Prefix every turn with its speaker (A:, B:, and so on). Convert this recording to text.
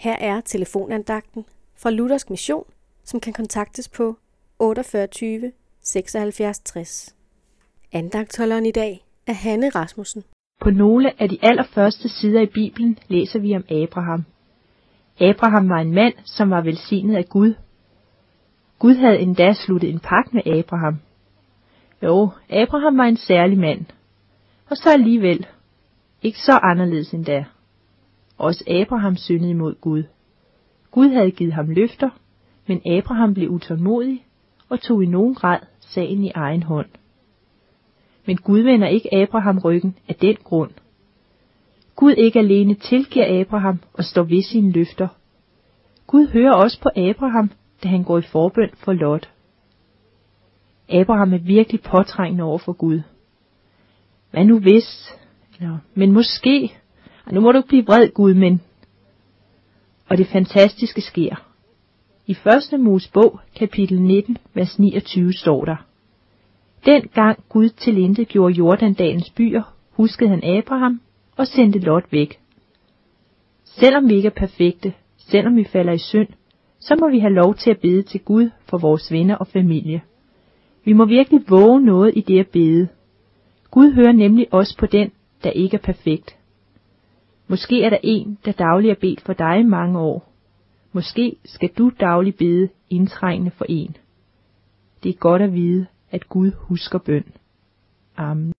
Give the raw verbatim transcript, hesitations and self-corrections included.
A: Her er telefonandagten fra Luthersk Mission, som kan kontaktes på otteogfyrre tyve seksoghalvfjerds tres. Andagtholderen i dag er Hanne Rasmussen.
B: På nogle af de allerførste sider i Bibelen læser vi om Abraham. Abraham var en mand, som var velsignet af Gud. Gud havde endda sluttet en pagt med Abraham. Jo, Abraham var en særlig mand. Og så alligevel ikke så anderledes endda. Også Abraham syndede imod Gud. Gud havde givet ham løfter, men Abraham blev utålmodig og tog i nogen grad sagen i egen hånd. Men Gud vender ikke Abraham ryggen af den grund. Gud ikke alene tilgiver Abraham og står ved sine løfter. Gud hører også på Abraham, da han går i forbøn for Lot. Abraham er virkelig påtrængende over for Gud. Hvad nu hvis? Eller, men måske. Nu må du ikke blive vred, Gud, men... Og det fantastiske sker. I første Mosebog, kapitel nitten, vers niogtyve, står der: Den gang Gud tilintetgjorde Jordandalens byer, huskede han Abraham og sendte Lot væk. Selvom vi ikke er perfekte, selvom vi falder i synd, så må vi have lov til at bede til Gud for vores venner og familie. Vi må virkelig våge noget i det at bede. Gud hører nemlig også på den, der ikke er perfekt. Måske er der en, der dagligt er bedt for dig i mange år. Måske skal du dagligt bede indtrængende for en. Det er godt at vide, at Gud husker bøn. Amen.